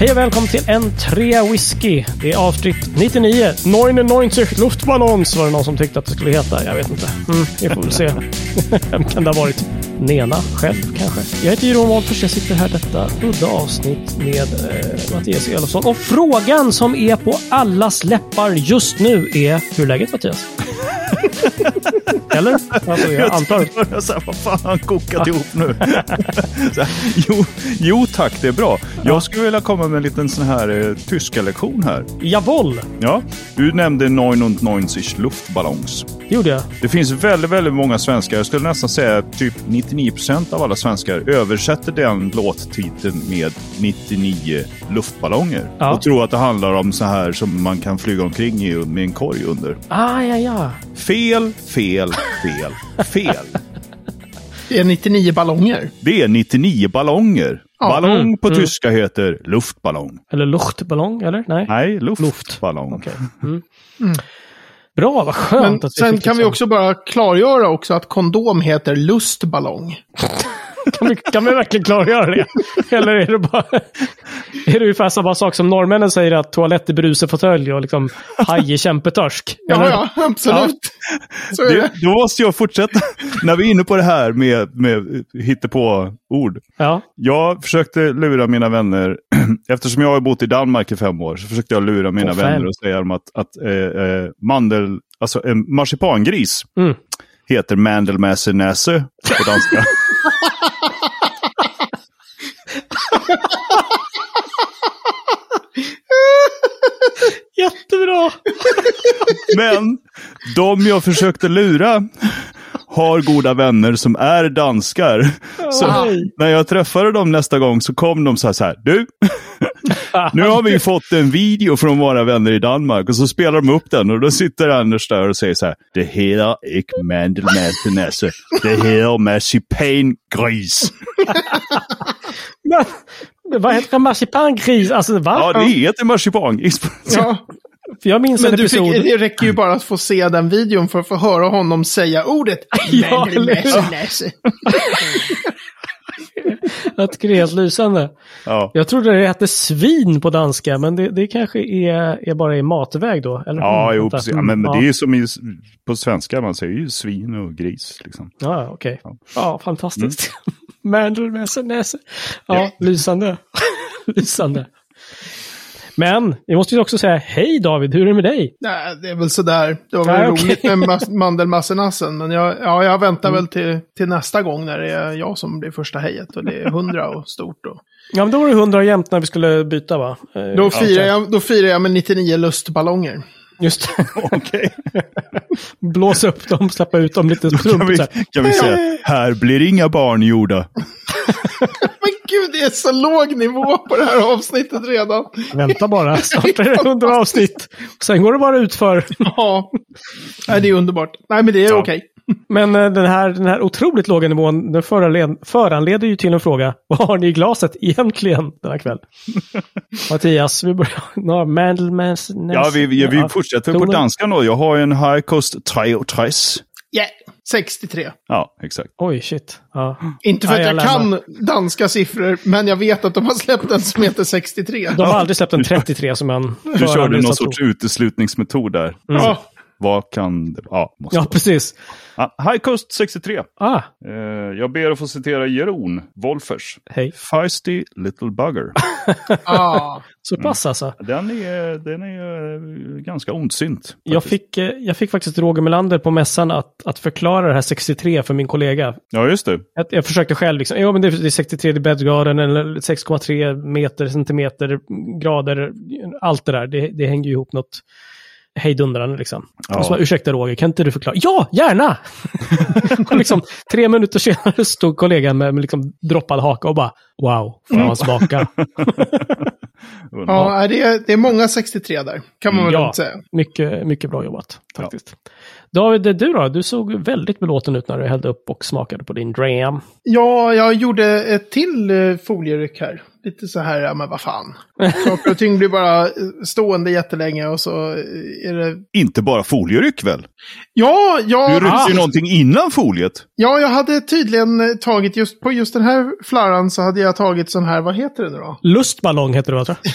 Hej och välkommen till en 3 whisky. Det är avsnitt 99. 99 luftballons var det någon som tyckte att det skulle heta. Jag vet inte. Vi får väl se. Vem kan det ha varit? Nena själv kanske. Jag heter Jeroen Wolffers. Jag sitter här detta udda avsnitt med Mattias Elofsson. Och frågan som är på allas läppar just nu är: hur är läget, Mattias? Eller? Alltså, jag antar. Vad fan har han kokat ihop nu? Jo tack, det är bra. Jag skulle vilja komma med en liten sån här tyska lektion här. Jawohl! Ja, du nämnde 99 luftballons. Det gjorde jag. Det finns väldigt, väldigt många svenskar. Jag skulle nästan säga typ 99% av alla svenskar översätter den låttiteln med 99 luftballonger. Ja. Och tror att det handlar om så här som man kan flyga omkring i med en korg under. Ja. Fel. Det är 99 ballonger. Det är 99 ballonger. Ja. Ballong på tyska heter luftballong. Eller luftballong, eller? Nej, luftballong. Okej. Bra, vad skönt. Men att vi sen fick kan vi också bara klargöra också att kondom heter lustballong. Kan vi verkligen klargöra det? Eller är det bara... Är det ungefär samma sak som norrmännen säger att toalett är brusefåtölj och liksom haj är kämpetörsk? Ja, absolut. Ja. Så är det. Då måste jag fortsätta. När vi är inne på det här med hittepå ord. Ja. Jag försökte lura mina vänner, eftersom jag har bott i Danmark i 5 år, så försökte jag lura mina vänner och säga dem att en marsipangris heter mandelmässenäse på danska. Jättebra! Men de jag försökte lura har goda vänner som är danskar. Så när jag träffade dem nästa gång så kom de så här: du, nu har vi fått en video från våra vänner i Danmark. Och så spelar de upp den och då sitter Anders där och säger så här: det heter inte mandelmässenäse, det heter marsipangris. Men vad heter marsipangris? Alltså, va? Ja, det heter marsipangris. Ja. För jag minns en episod. Det räcker ju bara att få se den videon för att få höra honom säga ordet. Ja, jag tycker det är helt lysande. Ja. Jag trodde det hette svin på danska, men det kanske är bara i matväg då. Eller? Ja, jo, precis. Ja, men det är ju som på svenska, man säger ju svin och gris. Liksom. Ja, okej. Ja, fantastiskt. Mandelmässenäse. Ja, lysande. Lysande. Men vi måste ju också säga: hej David, hur är det med dig? Nej, det är väl sådär. Det var väl roligt med mandelmassenassen. Men jag väntar väl till nästa gång när det är jag som blir första hejet. Och det är 100 och stort. Och... Ja, men då var det 100 jämt när vi skulle byta, va? Då firar jag med 99 lustballonger. Just det. Okej. Blåsa upp dem, släppa ut dem lite strumt. Kan vi säga: här blir inga barn gjorda. Men gud, det är så låg nivå på det här avsnittet redan. Vänta bara, snart är det 100 avsnitt. Sen går det bara ut för. Ja, det är underbart. Nej, men det är okej. Men den här otroligt låga nivån, den föranleder ju till en fråga: vad har ni i glaset egentligen den här kväll? Mattias, vi börjar. Mandelmässenäse. Ja, vi fortsätter på danska nu. Jag har en High Coast 33. Ja, 63. Ja, exakt. Oj, shit. Ja. Inte för att jag kan danska siffror, men jag vet att de har släppt en som heter 63. De har aldrig släppt en 33 som en... Du körde någon sorts uteslutningsmetod där. Ja. Vad kan det... Ja, precis. High Coast 63. Jag ber att få citera Jeroen Wolffers. Hej. Feisty little bugger. Så pass alltså. Den är ganska ondsint. Jag fick faktiskt Roger Melander på mässan att förklara det här 63 för min kollega. Ja, just det. Jag försökte själv liksom. Ja, men det är 63 i breddgraden eller 6,3 meter, centimeter, grader. Allt det där. Det hänger ju ihop något hejdundrande liksom. Och så, ursäkta Roger, kan inte du förklara? Ja, gärna! Och liksom 3 minuter senare stod kollegan med liksom droppad haka och bara: wow, får man smaka. Ja, det är många 63 där, kan man väl säga. Mycket, mycket bra jobbat, faktiskt. Ja. David, du då? Du såg väldigt belåten ut när du hällde upp och smakade på din dram. Ja, jag gjorde ett till folieryck här. lite så här, ja men vad fan. Saker och ting blir bara stående jättelänge och så är det... Inte bara folieryck väl? Ja, du ryckte ju någonting innan foliet. Ja, jag hade tydligen tagit på just den här flarran så hade jag tagit sån här, vad heter det nu då? Lustballong heter det, va, tror jag.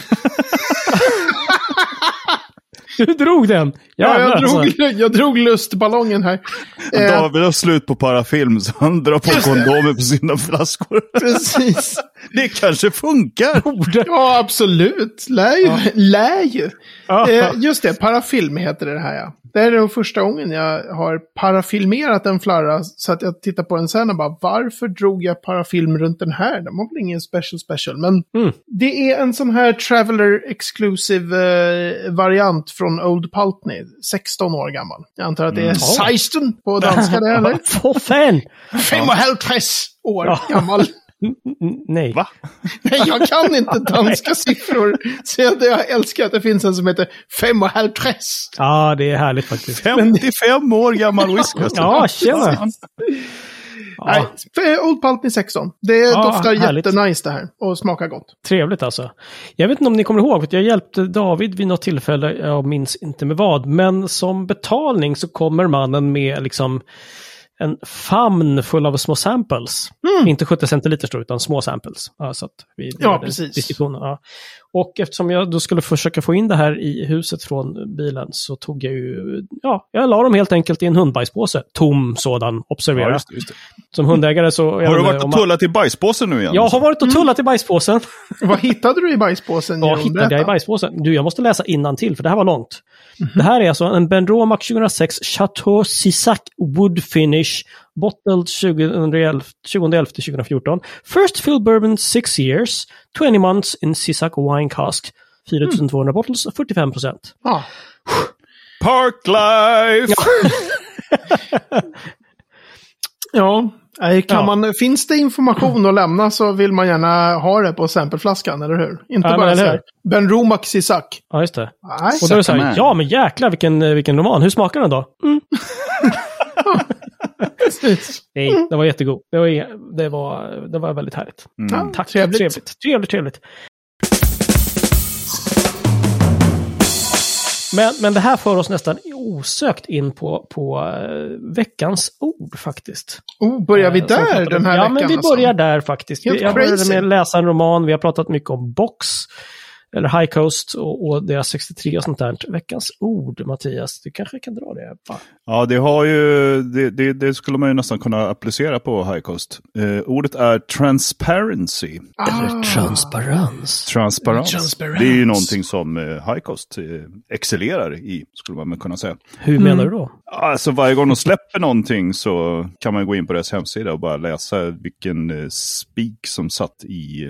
Du drog den! Jag drog lustballongen här. David har slut på parafilm så han drar på kondomer på sina flaskor. Precis. Det kanske funkar. Ja, absolut. Lär ju. Just det, parafilm heter det här, ja. Det är den första gången jag har parafilmerat en flarra så att jag tittar på den sen och bara, varför drog jag parafilm runt den här? Den var väl ingen special, men det är en sån här Traveler Exclusive variant från Old Pulteney, 16 år gammal. Jag antar att det är 16 på danska det, eller? För fan! 5,5 år gammal. Nej. Va? Nej, jag kan inte danska siffror. Så jag älskar att det finns en som heter 5,5. Ja, det är härligt faktiskt. 55 år gammal whisky. Ja, tjena. Nej, Old Pulteney 16. Det doftar härligt. jättenice det här. Och smakar gott. Trevligt alltså. Jag vet inte om ni kommer ihåg, för jag hjälpte David vid något tillfälle, jag minns inte med vad, men som betalning så kommer mannen med liksom en famn full av små samples. Inte 70 centiliter står utan små samples. Ja, så att vi precis. Diskussionen. Ja. Och eftersom jag då skulle försöka få in det här i huset från bilen så tog jag jag la dem helt enkelt i en hundbajspåse. Tom sådan, observera. Ja, just det. Som hundägare så... Har du varit och tullat i bajspåsen nu igen? Jag har varit och tullat i bajspåsen. Vad hittade du i bajspåsen? Vad hittade jag i bajspåsen? Du, jag måste läsa innantill för det här var långt. Det här är alltså en Benromac 2006 Chateau Cisac Wood Finish bottled 2011-2014. First fill bourbon 6 years, 20 months in Cisac wine cask. 4200 bottles, 45%. Parklife! Ja, finns det information att lämna så vill man gärna ha det på sampleflaskan, eller hur? Inte bara så här, Benromac Cisac. Ja, just det. Och då är det så här, ja men jäklar vilken roman. Hur smakar den då? Nej, det var jättegod. Det var väldigt härligt. Tack, trevligt. Men det här för oss nästan osökt in på veckans ord faktiskt. Börjar vi där den här veckan? Ja, men vi börjar där faktiskt. Jag började med att läsa en roman. Vi har pratat mycket om Box, eller High Coast och deras 63 och sånt där. Veckans ord, Mattias. Du kanske kan dra det. Ja, det har ju det skulle man ju nästan kunna applicera på High Coast. Ordet är transparency. Eller transparens. Det är ju någonting som High Coast excellerar i, skulle man kunna säga. Hur menar du då? Alltså varje gång de släpper någonting så kan man gå in på deras hemsida och bara läsa vilken spik som satt i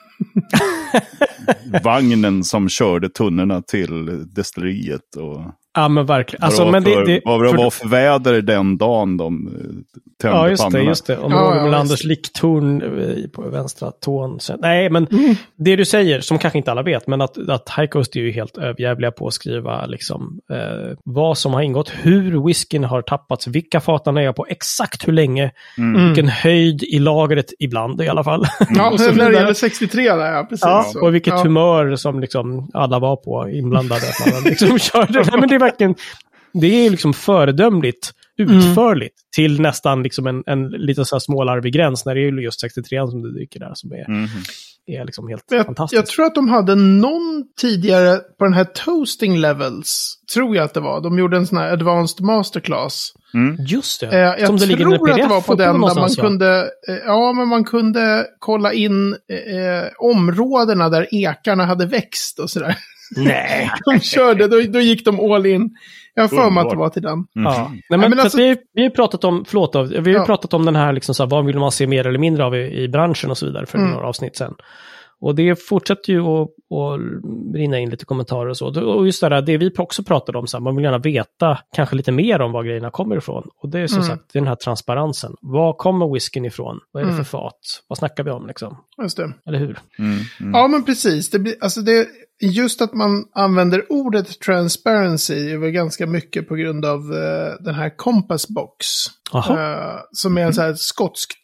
vagnen som körde tunnorna till destilleriet och ja, men verkligen. Alltså, vad det var för väder den dagen de tände pannorna. Just det. Och Anders Licktorn på vänstra tån. Nej, men det du säger, som kanske inte alla vet, men att High Coast är ju helt överjävliga på att skriva liksom, vad som har ingått, hur whiskyn har tappats, vilka fatan är på, exakt hur länge, vilken höjd i lagret ibland i alla fall. Ja, när det gäller 63 där, ja, precis. Ja, och vilket humör som liksom alla var på inblandade. Att man liksom körde. Nej, men det är liksom föredömligt utförligt till nästan liksom en liten så här smålarvig gräns när det är just 63 som du dyker där som är liksom helt fantastiskt. Jag tror att de hade någon tidigare på den här toasting levels, tror jag att det var. De gjorde en sån här advanced masterclass. Just det. Jag som det tror ligger med att det var på den där man kunde, men man kunde kolla in områdena där ekarna hade växt och sådär. Nej. De körde, då gick de all in. Jag har för mig att det var till den. Ja. Nej, men alltså, vi har pratat om, vi har pratat om den här, liksom, så här, vad vill man se mer eller mindre av i branschen och så vidare för några avsnitt sen. Och det fortsätter ju att rinna in lite kommentarer och så. Och just det vi också pratade om, så här, man vill gärna veta kanske lite mer om var grejerna kommer ifrån. Och det är som sagt den här transparensen. Var kommer whiskyn ifrån? Vad är det för fat? Vad snackar vi om liksom? Just det. Eller hur? Ja, men precis. Det blir, alltså just att man använder ordet transparency är väl ganska mycket på grund av den här Compass Box. Som är en så här skotskt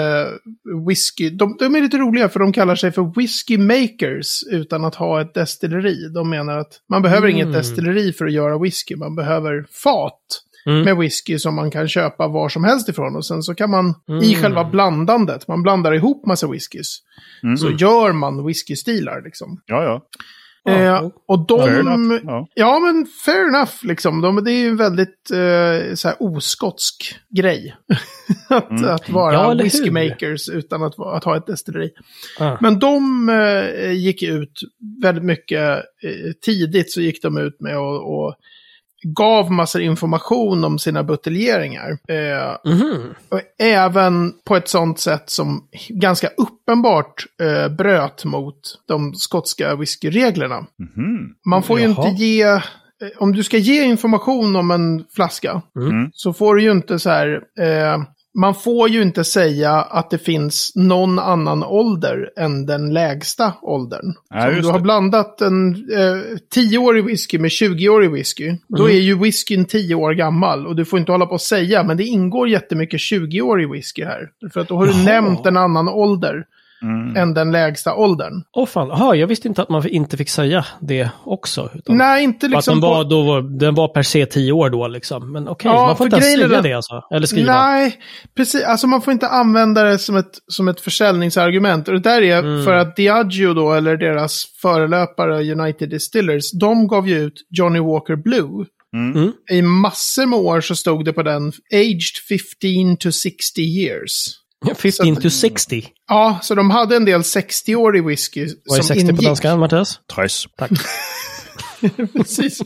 whisky. De är lite roliga för de kallar sig för whisky makers utan att ha ett destilleri. De menar att man behöver inget destilleri för att göra whisky. Man behöver fat med whisky som man kan köpa var som helst ifrån. Och sen så kan man i själva blandandet, man blandar ihop massa whiskys. Så gör man whiskystilar liksom. Ja. Och de... Fair enough. Ja, men fair enough liksom. Det är ju en väldigt så här oskotsk grej. att vara whiskymakers utan att ha ett destilleri. Men de gick ut väldigt mycket tidigt, så gick de ut med och gav massor information om sina buteljeringar. Och även på ett sånt sätt som ganska uppenbart bröt mot de skotska whiskyreglerna. Man får ju inte ge... Om du ska ge information om en flaska så får du ju inte så här... man får ju inte säga att det finns någon annan ålder än den lägsta åldern. Ja, om du har blandat en 10-årig whisky med 20-årig whisky, då är ju whiskyn 10 år gammal. Och du får inte hålla på att säga, men det ingår jättemycket 20-årig whisky här. För att då har du nämnt en annan ålder än den lägsta åldern. Fan. Jag visste inte att man inte fick säga det också. Utan nej, inte liksom... Att den var per se 10 år då liksom. Men okej, man får inte säga det alltså. Eller skriva. Nej, precis. Alltså man får inte använda det som ett försäljningsargument. Och det där är för att Diageo då, eller deras förelöpare United Distillers, de gav ju ut Johnny Walker Blue. I massor med år så stod det på den aged 15 to 60 years. 15 to 60? Ja, så de hade en del 60-årig whisky. Vad är 60 på danska, Mattias? Tres. Tack. Precis.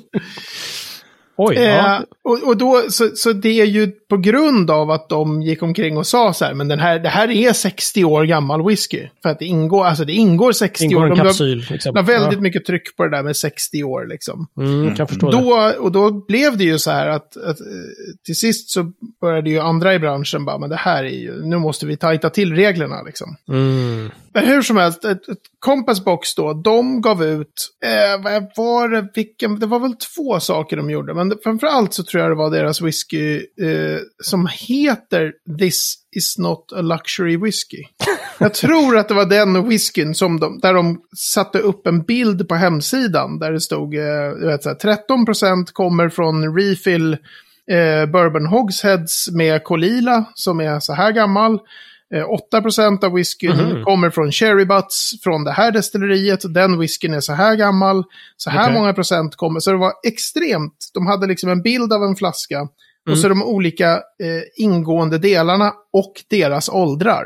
Oj, ja. Och då, så det är ju på grund av att de gick omkring och sa så här, men det här är 60 år gammal whisky. För att det ingår 60 år. En kapsyl, liksom. De har väldigt mycket tryck på det där med 60 år, liksom. Kan förstå det. Och då blev det ju så här att till sist så började ju andra i branschen bara, men det här är ju, nu måste vi tajta till reglerna, liksom. Men hur som helst, ett Compass Box då, de gav ut, det var väl 2 saker de gjorde, men framförallt så tror jag det var deras whisky som heter This is not a luxury whisky. Jag tror att det var den whiskyn där de satte upp en bild på hemsidan där det stod 13% kommer från refill bourbon hogsheads med Kolila som är så här gammal. 8% av whiskyn kommer från cherry butts från det här destilleriet. Den whiskyn är så här gammal. Så här många procent kommer. Så det var extremt. De hade liksom en bild av en flaska. Och så de olika ingående delarna och deras åldrar.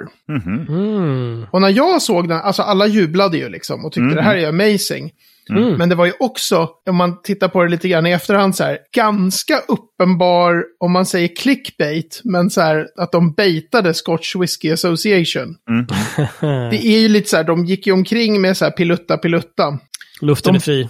Och när jag såg den, alltså alla jublade ju liksom och tyckte det här är amazing. Men det var ju också, om man tittar på det lite grann i efterhand så här, ganska uppenbar, om man säger clickbait, men så här att de baitade Scotch Whisky Association. Det är ju lite så här, de gick ju omkring med så här pilutta. Luften är fri.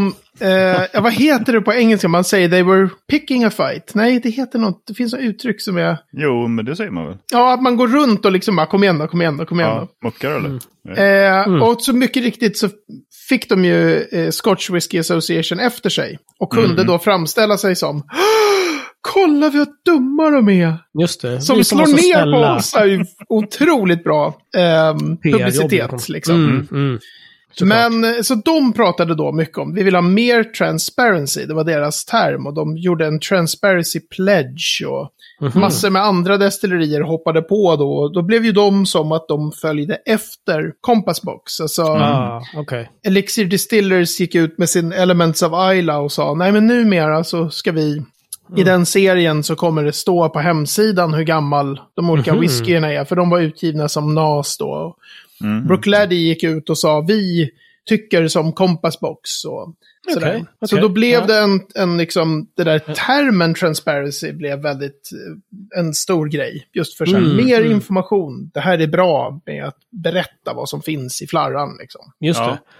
Vad heter det på engelska? Man säger they were picking a fight. Nej, det heter något. Det finns något uttryck som är... Jo, men det säger man väl. Ja, att man går runt och liksom bara kom igen. Ja, mockar eller? Och så mycket riktigt så fick de ju Scotch Whisky Association efter sig. Och kunde då framställa sig som... Kolla vad dumma de är. Just det. Som slår ner på oss är ju otroligt bra publicitet liksom. Men så de pratade då mycket om, vi vill ha mer transparency, det var deras term, och de gjorde en transparency pledge och massor med andra destillerier hoppade på då blev ju de som att de följde efter Compass Box. Alltså, Elixir Distillers gick ut med sin Elements of Islay och sa, nej men numera så ska vi, i den serien så kommer det stå på hemsidan hur gammal de olika whiskyerna är, för de var utgivna som NAS då. Brookladdy gick ut och sa vi tycker som Compass Box och sådär. Så då blev det en liksom, det där termen transparency blev väldigt en stor grej. Just för så här, mer information. Det här är bra med att berätta vad som finns i flarran liksom. Just det.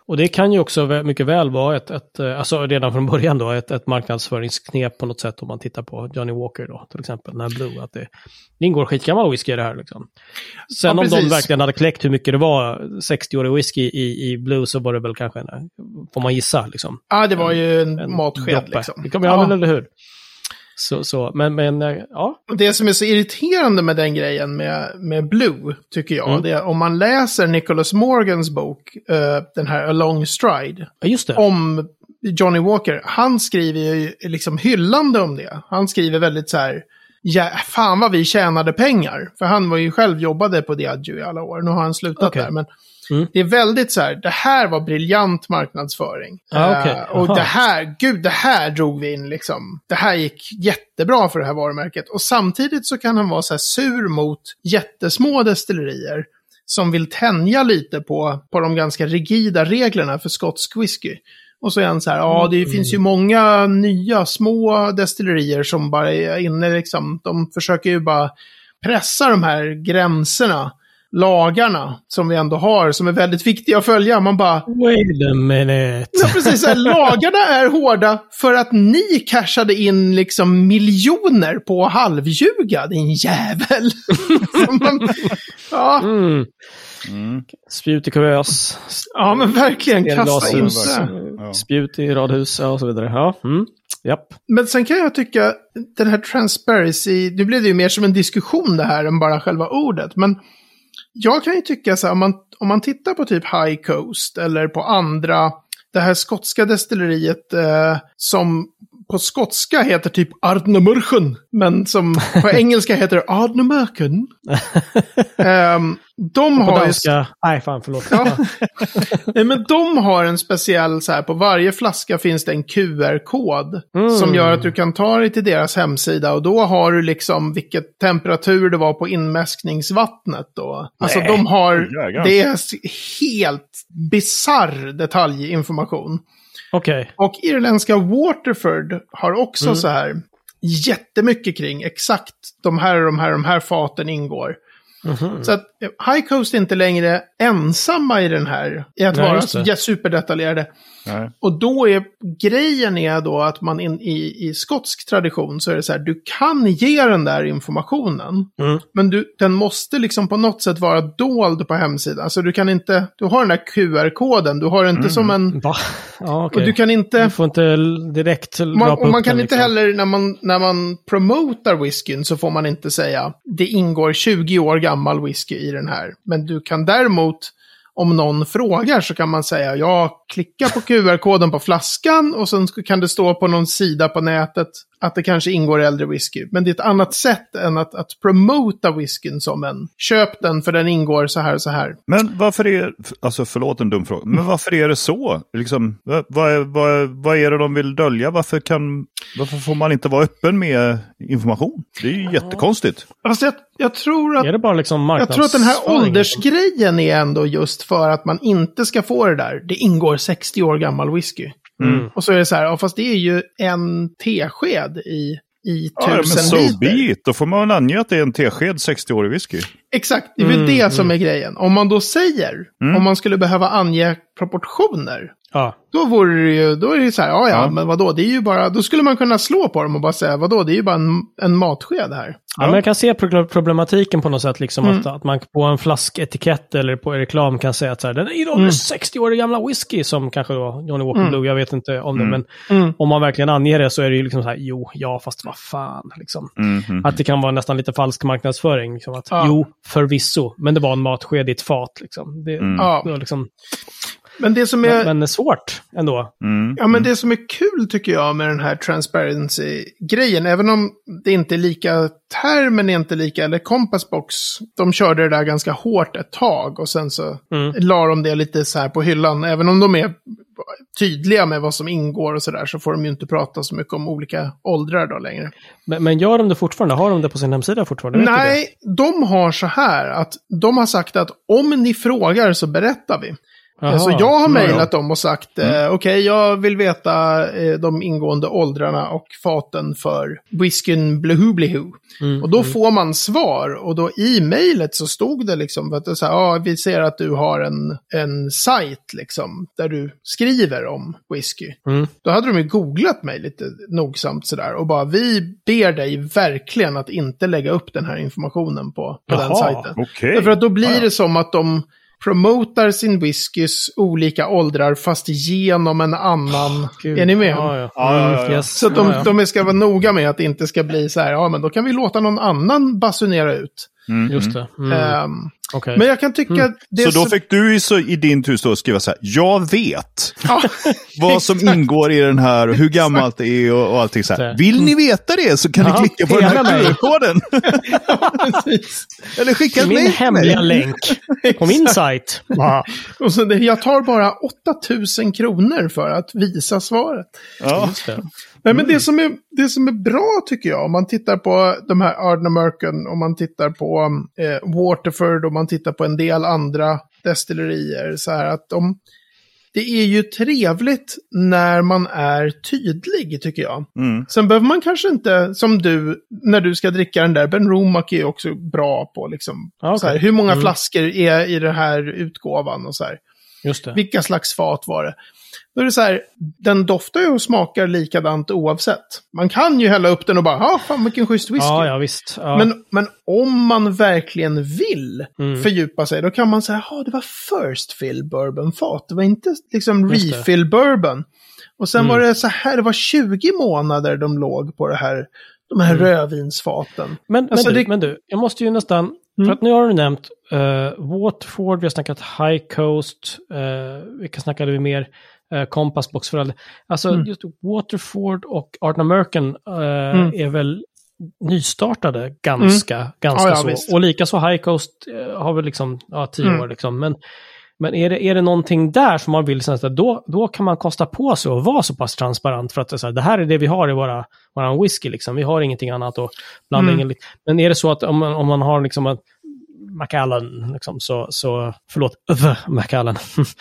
Och det kan ju också mycket väl vara alltså redan från början då, ett marknadsföringsknep på något sätt om man tittar på Johnny Walker då, till exempel, den här Blue, att det ingår skitgammal whisky i det här liksom. Sen om de verkligen hade kläckt hur mycket det var 60-årig whisky i Blue, så var det väl kanske, får man gissa liksom. Ja, det var ju en matsked liksom. Det kommer jag väl, eller hur? Men ja. Det som är så irriterande med den grejen med Blue, tycker jag, det är om man läser Nicholas Morgans bok, den här A Long Stride, just det, om Johnny Walker, han skriver ju liksom hyllande om det. Han skriver väldigt så här, ja, fan vad vi tjänade pengar. För han var ju själv jobbade på Diageo i alla år. Nu har han slutat där, men det är väldigt så här, det här var briljant marknadsföring. Och det här drog vi in liksom. Det här gick jättebra för det här varumärket. Och samtidigt så kan han vara så här sur mot jättesmå destillerier som vill tänja lite på de ganska rigida reglerna för skotsk whisky. Och så är han så här, det finns ju många nya små destillerier som bara är inne liksom. De försöker ju bara pressa de här gränserna, lagarna som vi ändå har, som är väldigt viktiga att följa. Man bara, wait a minute. Ja, precis. Lagarna är hårda för att ni cashade in liksom miljoner på halvljuga, din jävel. Spjut i kuvös. Ja, men verkligen. Kasta in spjut i radhus och så vidare. Ja, japp. Men sen kan jag tycka, den här transparency, nu blev det ju mer som en diskussion det här än bara själva ordet, men jag kan ju tycka så här, om man tittar på typ High Coast eller på andra, det här skotska destilleriet som på skotska heter typ Ardnamurchen, men som på engelska heter Ardnamurchen. De har danska. Nej, fan, förlåt. Ja. Men de har en speciell så här, på varje flaska finns det en QR-kod som gör att du kan ta dig till deras hemsida, och då har du liksom vilket temperatur det var på inmäskningsvattnet då. Alltså de har, det är helt bizarr detaljinformation. Okay. Och irländska Waterford har också så här jättemycket kring exakt de här faten ingår. Så att High Coast är inte längre ensamma i den här, i att vara superdetaljerade. Nej. Och då är grejen då att man i skotsk tradition så är det så här, du kan ge den där informationen, men den måste liksom på något sätt vara dold på hemsidan. Alltså du kan inte, du har den där QR-koden, du har inte som en... Va? Ja, okay. Och du kan inte... Du får inte direkt... man kan inte heller, när man promotar whiskyn så får man inte säga, det ingår 20 år gammal whisky i den här. Men du kan däremot, om någon frågar så kan man säga, jag klickar på QR-koden på flaskan och sen kan det stå på någon sida på nätet att det kanske ingår äldre whisky. Men det är ett annat sätt än att promota whiskyn som en, köp den för den ingår så här och så här. Men varför är, alltså förlåt en dum fråga, men varför är det så? Liksom, vad är det de vill dölja? Varför får man inte vara öppen med information? Det är ju jättekonstigt. Alltså jag tror att, är det bara liksom jag tror att den här åldersgrejen är ändå just för att man inte ska få det där. Det ingår 60 år gammal whisky. Och så är det så här, fast det är ju en tesked i 1000 men so liter. be it. Då får man ange att det är en tesked 60-årig whisky. Exakt, det är väl det som är grejen. Om man då säger, om man skulle behöva ange proportioner, då vore det ju, då är det så här, men vadå, det är ju bara, då skulle man kunna slå på dem och bara säga, vadå, det är ju bara en matsked här. Ja, men jag kan se problematiken på något sätt, liksom att man på en flasketikett eller på reklam kan säga att så här, den är 60 år gamla whisky, som kanske då Johnny Walker Blue, jag vet inte om det, men om man verkligen anger det så är det ju liksom så här, fast vad fan, liksom. Att det kan vara nästan lite falsk marknadsföring, liksom, att förvisso, men det var en matsked i ett fat, liksom. Det var liksom... Men det som är... Men svårt ändå. Ja, men det som är kul tycker jag med den här transparency-grejen, även om det inte är lika, termen är inte lika, eller Compass Box, de körde det där ganska hårt ett tag och sen så la de det lite så här på hyllan. Även om de är tydliga med vad som ingår och sådär, så får de ju inte prata så mycket om olika åldrar då längre. Men gör de det fortfarande? Har de det på sin hemsida fortfarande? Nej, de har så här att de har sagt att om ni frågar så berättar vi. Aha, så jag har mejlat dem och sagt okej, jag vill veta de ingående åldrarna och faten för whiskyn Blehu. Och då får man svar. Och då i mejlet så stod det liksom att det så här, vi ser att du har en sajt liksom, där du skriver om whisky. Då hade de ju googlat mig lite nogsamt sådär och bara, vi ber dig verkligen att inte lägga upp den här informationen på den sajten. Okay. För att då blir det som att de promotar sin whiskys olika åldrar fast genom en annan. Är ni med? Yes. Så att de ska vara noga med att det inte ska bli så här, men då kan vi låta någon annan basunera ut. Just det. Okay. Men jag kan tycka att det så då fick du i din tur stå och skriva så här, jag vet vad som ingår i den här, hur gammalt det är och allting så här. Vill ni veta det så kan ni klicka på den här QR-koden. Eller skicka min hemliga länk på min sajt. Och så jag tar bara 8,000 kronor för att visa svaret. Just det. Nej, men det som är bra tycker jag, om man tittar på de här Ardnamurchan, om man tittar på Waterford och man tittar på en del andra destillerier, så här att det är ju trevligt när man är tydlig, tycker jag. Sen behöver man kanske inte, som du, när du ska dricka den där, Ben Romack är också bra på liksom, så här, hur många flaskor är i den här utgåvan och så här. Just det. Vilka slags fat var det? Då är det så här, den doftar ju och smakar likadant oavsett. Man kan ju hälla upp den och bara, fan vilken schysst whisky. Ja, visst. Ja. Men om man verkligen vill fördjupa sig, då kan man säga, det var first fill bourbon-fat. Det var inte liksom refill bourbon. Och sen var det så här, det var 20 månader de låg på de här rödvinsfaten. Men du, jag måste ju nästan, för att nu har du nämnt Waterford, vi har snackat High Coast, vilka snackade vi mer? Compass Box för alla. Alltså just Waterford och Ardnamurchan är väl nystartade ganska så. Visst. Och lika så High Coast har väl liksom 10 år liksom. Men är det någonting där som man vill säga, då kan man kosta på sig och vara så pass transparent för att det här är det vi har i våran whisky liksom. Vi har ingenting annat att blanda Men är det så att om man har liksom att Macallan liksom, så förlåt, Macallan.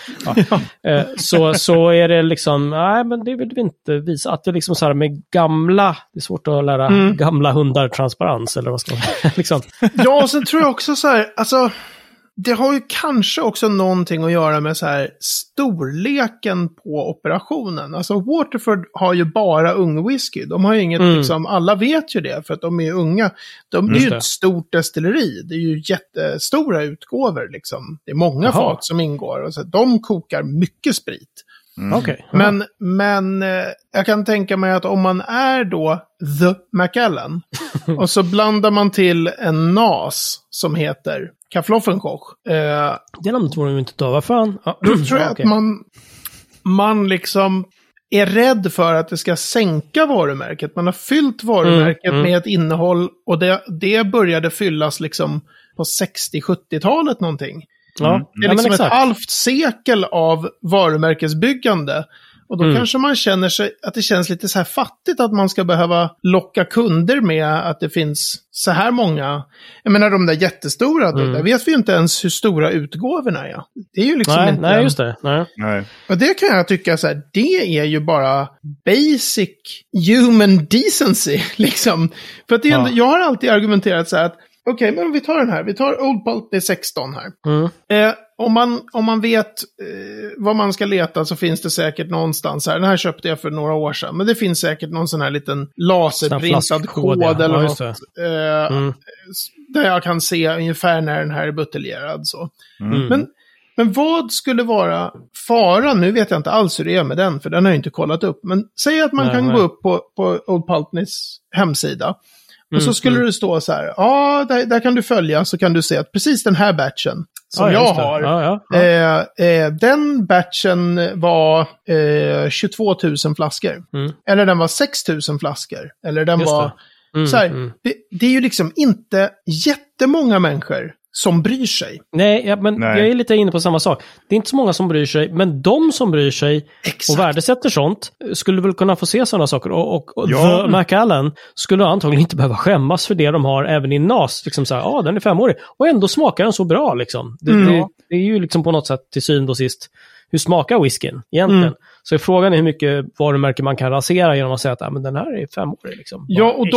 så är det liksom, nej men det vill vi inte visa, att det liksom så här med gamla, det är svårt att lära gamla hundar transparens eller vad ska man liksom. Ja, och sen tror jag också så här, alltså det har ju kanske också någonting att göra med så här storleken på operationen. Alltså Waterford har ju bara ung whisky. De har ju inget, liksom, alla vet ju det för att de är unga. Det är ju ett stort destilleri. Det är ju jättestora utgåvor liksom. Det är många fat som ingår. Och så, de kokar mycket sprit. Okay. Men jag kan tänka mig att om man är då The Macallan och så blandar man till en nas som heter Kaffloffenkoch. Det namnet tror jag inte då. Vad fan? Då tror jag att man liksom är rädd för att det ska sänka varumärket. Man har fyllt varumärket med ett innehåll och det började fyllas liksom på 60-70-talet någonting. Det är liksom ett halvt sekel av varumärkesbyggande. Och då kanske man känner sig att det känns lite så här fattigt att man ska behöva locka kunder med att det finns så här många. Jag menar de där jättestora, där vet vi ju inte ens hur stora utgåvorna är. Det är ju liksom inte... Nej, just det. Nej. Och det kan jag tycka så här, det är ju bara basic human decency liksom. För att det är ändå, jag har alltid argumenterat så här att okej, men vi tar den här. Vi tar Old Palt, det är 16 här. Om man vet vad man ska leta så finns det säkert någonstans här. Den här köpte jag för några år sedan. Men det finns säkert någon sån här liten laserprintad kod eller något. Där jag kan se ungefär när den här är buteljerad. Så. Men vad skulle vara faran? Nu vet jag inte alls hur det är med den, för den har jag inte kollat upp. Men säg att man kan gå upp på Old Paltneys hemsida. Och så skulle det stå så här, där kan du följa, så kan du se att precis den här batchen som jag har, den batchen var 22 000 flaskor. Eller den var 6 000 flaskor. Eller den var... Så här, det är ju liksom inte jättemånga människor som bryr sig. Nej, jag är lite inne på samma sak. Det är inte så många som bryr sig, men de som bryr sig och värdesätter sånt skulle väl kunna få se sådana saker. Och The Macallan skulle antagligen inte behöva skämmas för det de har även i NAS. Liksom så här, den är 5-årig. Och ändå smakar den så bra liksom. Det är ju liksom på något sätt till syvende och sist, hur smakar whiskyn egentligen? Så frågan är hur mycket varumärken man kan rasera genom att säga att men den här är 5-årig. Liksom. Ja, och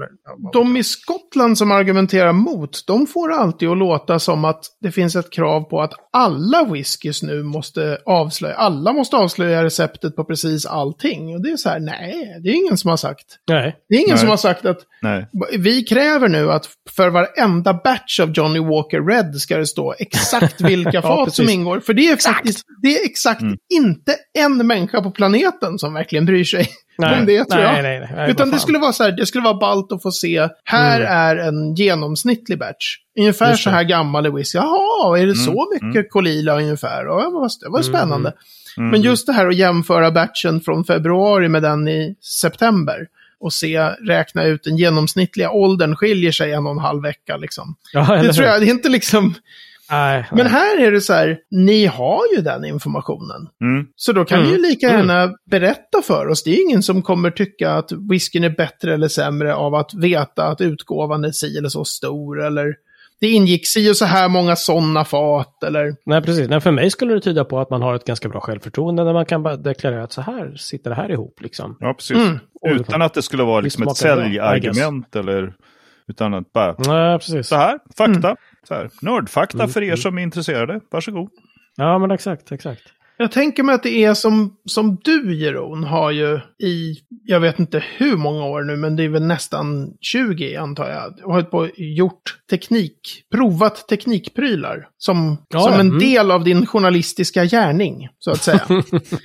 de i Skottland som argumenterar mot, de får alltid att låta som att det finns ett krav på att alla whiskys nu måste avslöja. Alla måste avslöja receptet på precis allting. Och det är så här, nej, det är ingen som har sagt. Nej. Det är ingen som har sagt att vi kräver nu att för varenda batch av Johnny Walker Red ska det stå exakt vilka fat som ingår. För det är faktiskt, det är exakt inte en människa på planeten som verkligen bryr sig om det, tror jag. Nej, utan det skulle vara så här, det skulle vara ballt att få se, här är en genomsnittlig batch. Ungefär så här gammal är whisky. Jaha, är det så mycket Kolila ungefär? Ja, det var spännande. Men just det här att jämföra batchen från februari med den i september och räkna ut den genomsnittliga åldern skiljer sig 1,5 vecka liksom. Det tror jag, det är inte liksom... Nej. Men här är det så här, ni har ju den informationen. Så då kan ni ju lika gärna berätta för oss. Det är ingen som kommer tycka att whiskyn är bättre eller sämre av att veta att utgåvan är si eller så stor, eller det ingick si och så här många sådana fat, eller... Nej, precis. Nej, för mig skulle det tyda på att man har ett ganska bra självförtroende när man kan bara deklarera att så här sitter det här ihop liksom. Ja, precis. Utan att det skulle vara liksom ett säljargument eller... Utan att bara... Nej, precis. Så här, fakta. Så här, nördfakta för er som är intresserade. Varsågod. Ja, men exakt. Jag tänker mig att det är som du, Jeroen, har ju i, jag vet inte hur många år nu, men det är väl nästan 20 antar jag. Och har gjort provat teknikprylar som en del av din journalistiska gärning, så att säga.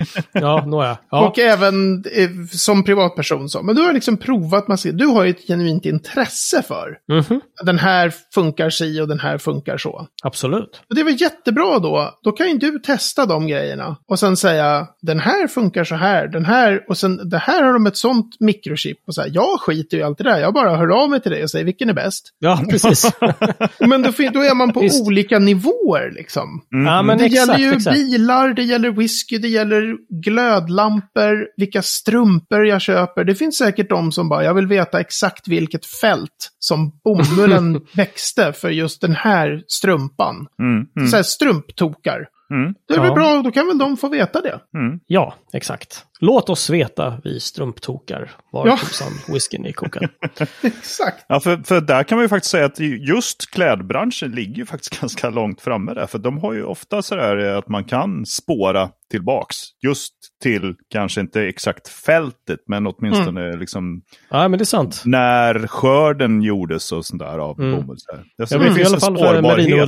Ja. Och även som privatperson så. Men du har liksom provat massor. Du har ju ett genuint intresse för. Den här funkar si och den här funkar så. Absolut. Och det är väl jättebra då. Då kan ju du testa de grejerna. Och sen säga, den här funkar så här, den här, och sen det här har de ett sånt mikrochip. Och så här, jag skiter ju allt det där. Jag bara hör av mig till dig och säger, vilken är bäst? Ja, precis. Men då är man på olika nivåer liksom. Ja, men det gäller ju bilar, det gäller whisky, det gäller glödlampor, vilka strumpor jag köper. Det finns säkert de som bara, jag vill veta exakt vilket fält som bomullen växte för just den här strumpan. Så här strumptokar. Det är väl bra, då kan väl de få veta det. Ja, exakt. Låt oss veta, vi strumptokar, var whiskyn är kokad. Exakt. Ja, för där kan man ju faktiskt säga att just klädbranschen ligger ju faktiskt ganska långt framme där. För de har ju ofta sådär att man kan spåra tillbaks. Just till, kanske inte exakt fältet, men åtminstone liksom... Ja, men det är sant. När skörden gjordes och sånt där av bomull. Jag vet i alla fall för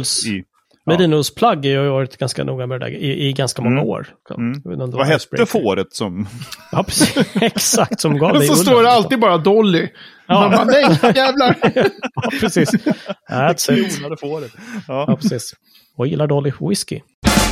Merinos plagg har ju varit ganska noga med det där i ganska många år. Vad hette fåret som... Ja, precis. Exakt, som gav dig. Och så står det alltid bara Dolly. Ja. Man bara, nej, jävlar. Ja, precis. That's it. Fåret. Ja, precis. Och gillar Dolly whisky.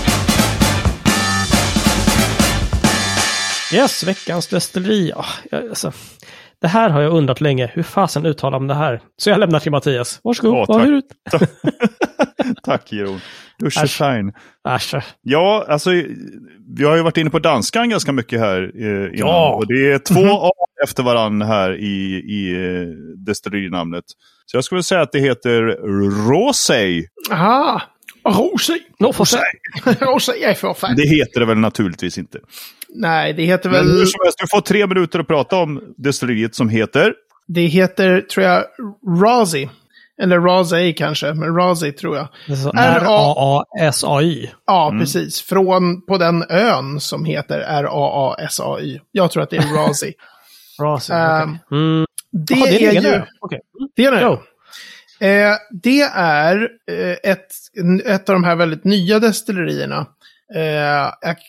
Yes, veckans destilleri. Alltså, det här har jag undrat länge. Hur fasen uttalar man det här? Så jag lämnar till Mattias. Varsågod. Tack. Tack, Jeroen. Duscheschein. Ja, alltså vi har ju varit inne på danskan ganska mycket här innan. Ja. Och det är 2 A efter varann här i destilleri-namnet. Så jag skulle säga att det heter Rosé. Aha. Rosé. Rosé är för fan. Det heter det väl naturligtvis inte. Nej, det heter väl... Men du får 3 minuter att prata om destilleriet som heter... Det heter, tror jag, Rosé. Eller Rosé kanske, men Rosé tror jag. R-A-A-S-A-Y. Ja, precis. På den ön som heter R-A-A-S-A-Y. Jag tror att det är Rosé. Rosé, det är ju... Okay. Det är det. Det är ett av de här väldigt nya destillerierna.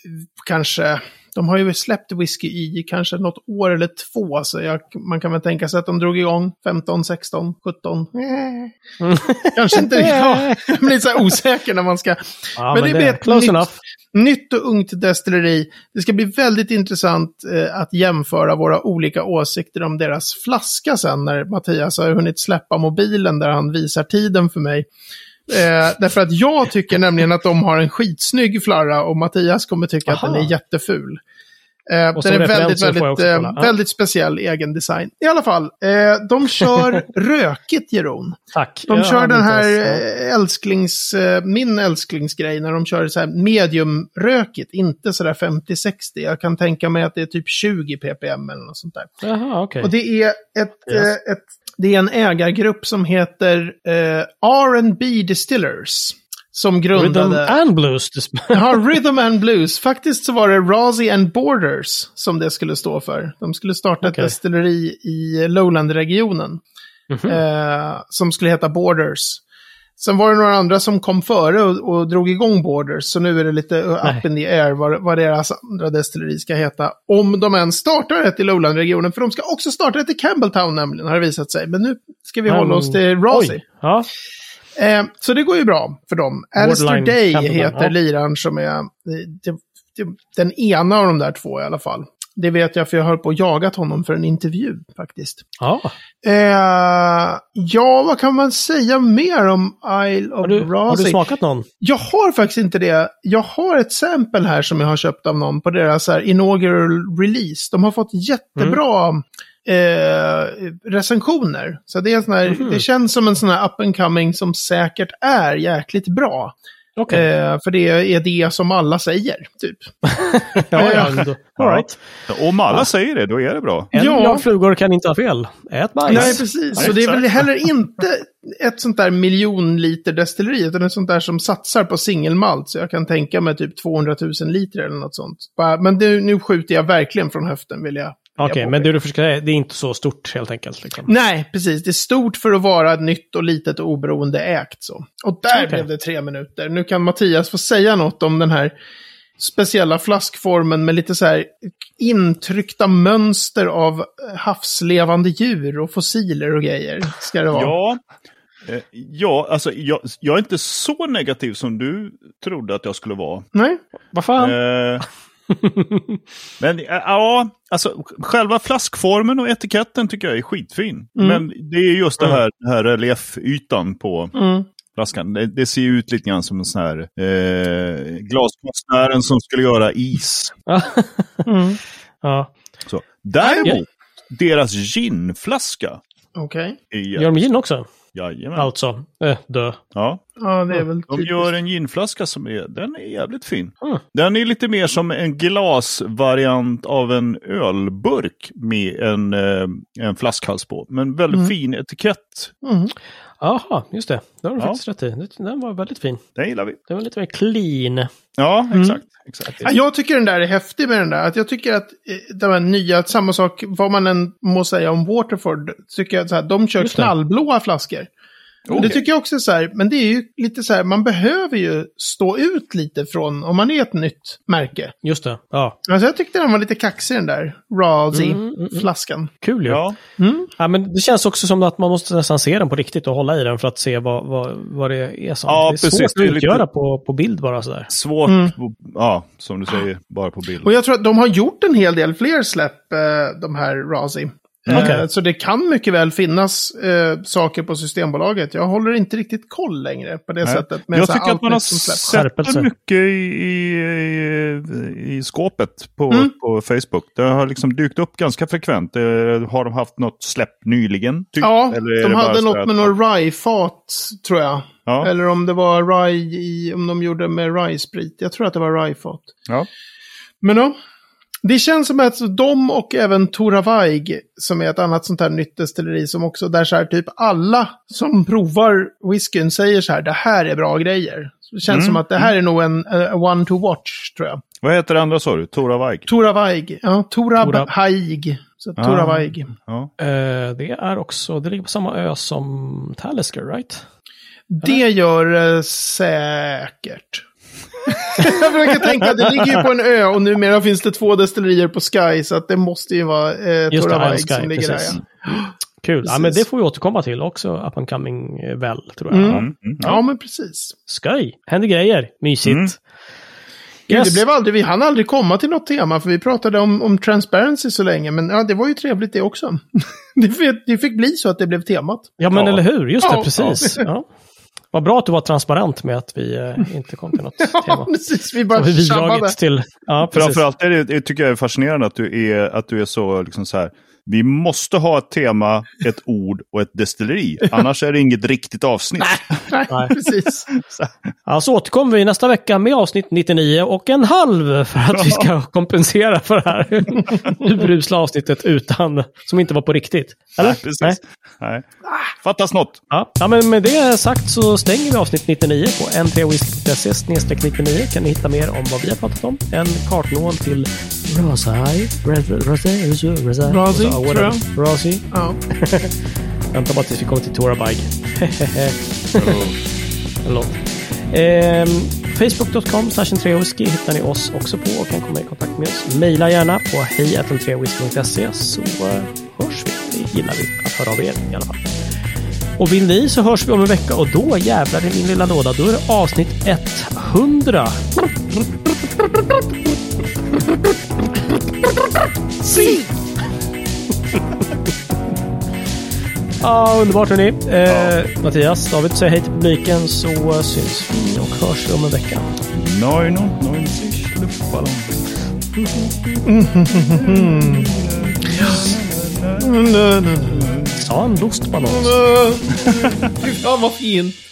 kanske... De har ju släppt whisky i kanske något år eller 2, så man kan väl tänka sig att de drog igång 15, 16, 17. Kanske inte det. Ja, jag blir så här osäker när man ska... Ja, men det blir ett close nytt och ungt destilleri. Det ska bli väldigt intressant att jämföra våra olika åsikter om deras flaska sen, när Mattias har hunnit släppa mobilen där han visar tiden för mig. Därför att jag tycker nämligen att de har en skitsnygg flarra och Mattias kommer tycka att den är jätteful. Den är väldigt speciell egen design. I alla fall, de kör rökigt, Jeroen. Tack. De kör den här min älsklingsgrej när de kör så här medium rökigt, inte så där 50-60. Jag kan tänka mig att det är typ 20 ppm eller något sånt där. Jaha, okej. Och det är det är en ägargrupp som heter R&B Distillers. Som grundade... Rhythm and Blues. Ja, Rhythm and Blues. Faktiskt så var det Razi and Borders som det skulle stå för. De skulle starta ett destilleri i Lowland-regionen. Som skulle heta Borders. Sen var det några andra som kom före och drog igång Borders. Så nu är det lite up in the air vad deras andra destilleri ska heta. Om de än startar ett i Lowland-regionen. För de ska också starta ett i Campbelltown nämligen, har det visat sig. Men nu ska vi hålla oss till Razi. Ja. Så det går ju bra för dem. Alistair Day heter liran som är den ena av de där två i alla fall. Det vet jag för jag höll på och jagat honom för en intervju faktiskt. Ja, vad kan man säga mer om Isle of Razi? Har du smakat någon? Jag har faktiskt inte det. Jag har ett sample här som jag har köpt av någon på deras här inaugural release. De har fått jättebra recensioner. Så det är sån här, det känns som en sån här up and coming som säkert är jäkligt bra. För det är det som alla säger, typ. All right. Om alla säger det, då är det bra. En flugor kan inte ha fel. Ät bajs. Nej, precis. Så det är väl heller inte ett sånt där miljonliter destilleri, utan ett sånt där som satsar på singelmalt. Så jag kan tänka mig typ 200 000 liter eller något sånt. Men nu skjuter jag verkligen från höften, vill jag. Okej, men det du försöker säga, det är inte så stort helt enkelt. Liksom. Nej, precis. Det är stort för att vara nytt och litet och oberoende ägt. Så. Och där blev det 3 minuter. Nu kan Mattias få säga något om den här speciella flaskformen med lite så här intryckta mönster av havslevande djur och fossiler och grejer. Ska det vara? Ja, alltså jag är inte så negativ som du trodde att jag skulle vara. Nej, vad fan? Men ja, alltså själva flaskformen och etiketten tycker jag är skitfin. Men det är just det här reliefytan på flaskan. Det ser ut lite grann som en sån här glaskonstnären som skulle göra is. Så. Däremot, deras ginflaska. Okej. Gör de gin också? Jajamän. Alltså, dö. Ja, det är väl de gör en ginflaska som den är jävligt fin. Den är lite mer som en glasvariant av en ölburk med en flaskhals på. Men väldigt fin etikett. Jaha, just det. Det har du faktiskt rätt i. Den var väldigt fin. Den gillar vi. Den var lite mer clean. Ja, exakt. Ja, jag tycker den där är häftig med den där. Att jag tycker att de här nya, samma sak, vad man än må säga om Waterford, tycker jag att de kör knallblåa flaskor. Det tycker jag också är så här, men det är ju lite så här, man behöver ju stå ut lite från, om man är ett nytt märke. Just det, ja. Alltså jag tyckte den var lite kaxig, den där Razi-flaskan. Kul ju. Ja. Ja, men det känns också som att man måste nästan se den på riktigt och hålla i den för att se vad det är som. Ja, det är precis. svårt att utgöra på bild bara sådär. Svårt, som du säger, bara på bild. Och jag tror att de har gjort en hel del fler släpp, de här Razi. Så det kan mycket väl finnas saker på Systembolaget. Jag håller inte riktigt koll längre på det sättet. Jag tycker att man har sett mycket i skåpet på Facebook. Det har liksom dykt upp ganska frekvent. Har de haft något släpp nyligen? Eller de hade något med någon rye-fat, tror jag. Ja. Eller om det var rye om de gjorde med rye-sprit. Jag tror att det var rye-fat. Ja. Men det känns som att de och även Tora Weig, som är ett annat sånt här nytt destilleri som också där så här typ alla som provar whiskyn säger så här, det här är bra grejer. Så det känns som att det här är nog en one to watch, tror jag. Vad heter det andra, sa du? Tora Weig? Tora Weig, ja. Tora Weig. Så Tora Weig. Ja. Det är också, det ligger på samma ö som Talisker, right? Det gör säkert. Jag brukar tänka att det ligger ju på en ö och numera finns det 2 destillerier på Sky, så att det måste ju vara Torravai som ligger precis. där. Ja. Kul. Precis. Ja, men det får vi återkomma till också. Up and coming väl, tror jag. Ja, men precis. Skoj. Händer grejer. Mysigt. Yes. Vi hann aldrig komma till något tema, för vi pratade om transparency så länge, men ja, det var ju trevligt det också. det fick bli så att det blev temat. Ja, men eller hur? Just det, precis. Ja. Vad bra att du var transparent med att vi inte kom till något tema. Ja, precis. Vi bara bidragit till. Ja, framförallt är det, tycker jag är fascinerande att du är så, liksom så här. Vi måste ha ett tema, ett ord och ett destilleri. Annars är det inget riktigt avsnitt. Nej, precis. Så återkommer vi nästa vecka med avsnitt 99,5 för att vi ska kompensera för det här urusla avsnittet som inte var på riktigt. Eller? Nej, precis. Nej. Fattas något. Ja, men med det sagt så stänger vi avsnitt 99 på n3whisky.se/99. Kan ni hitta mer om vad vi har pratat om. En kartnål till Rosie. Ja. Vänta bara tills vi kommer till Torravai. Facebook.com/3whisky hittar ni oss också på och kan komma i kontakt med oss. Maila gärna på hej@3whisky.se så hörs vi. Det gillar vi att höra av er i alla fall. Och vill ni så hörs vi om en vecka och då jävlar i min lilla låda. Då är det avsnitt 100. Si! Underbart hörni. Mattias, David, säg hej till publiken så syns vi och hörs om en vecka. 99 luftballong. Sa en lustballong. Fy fan vad fint.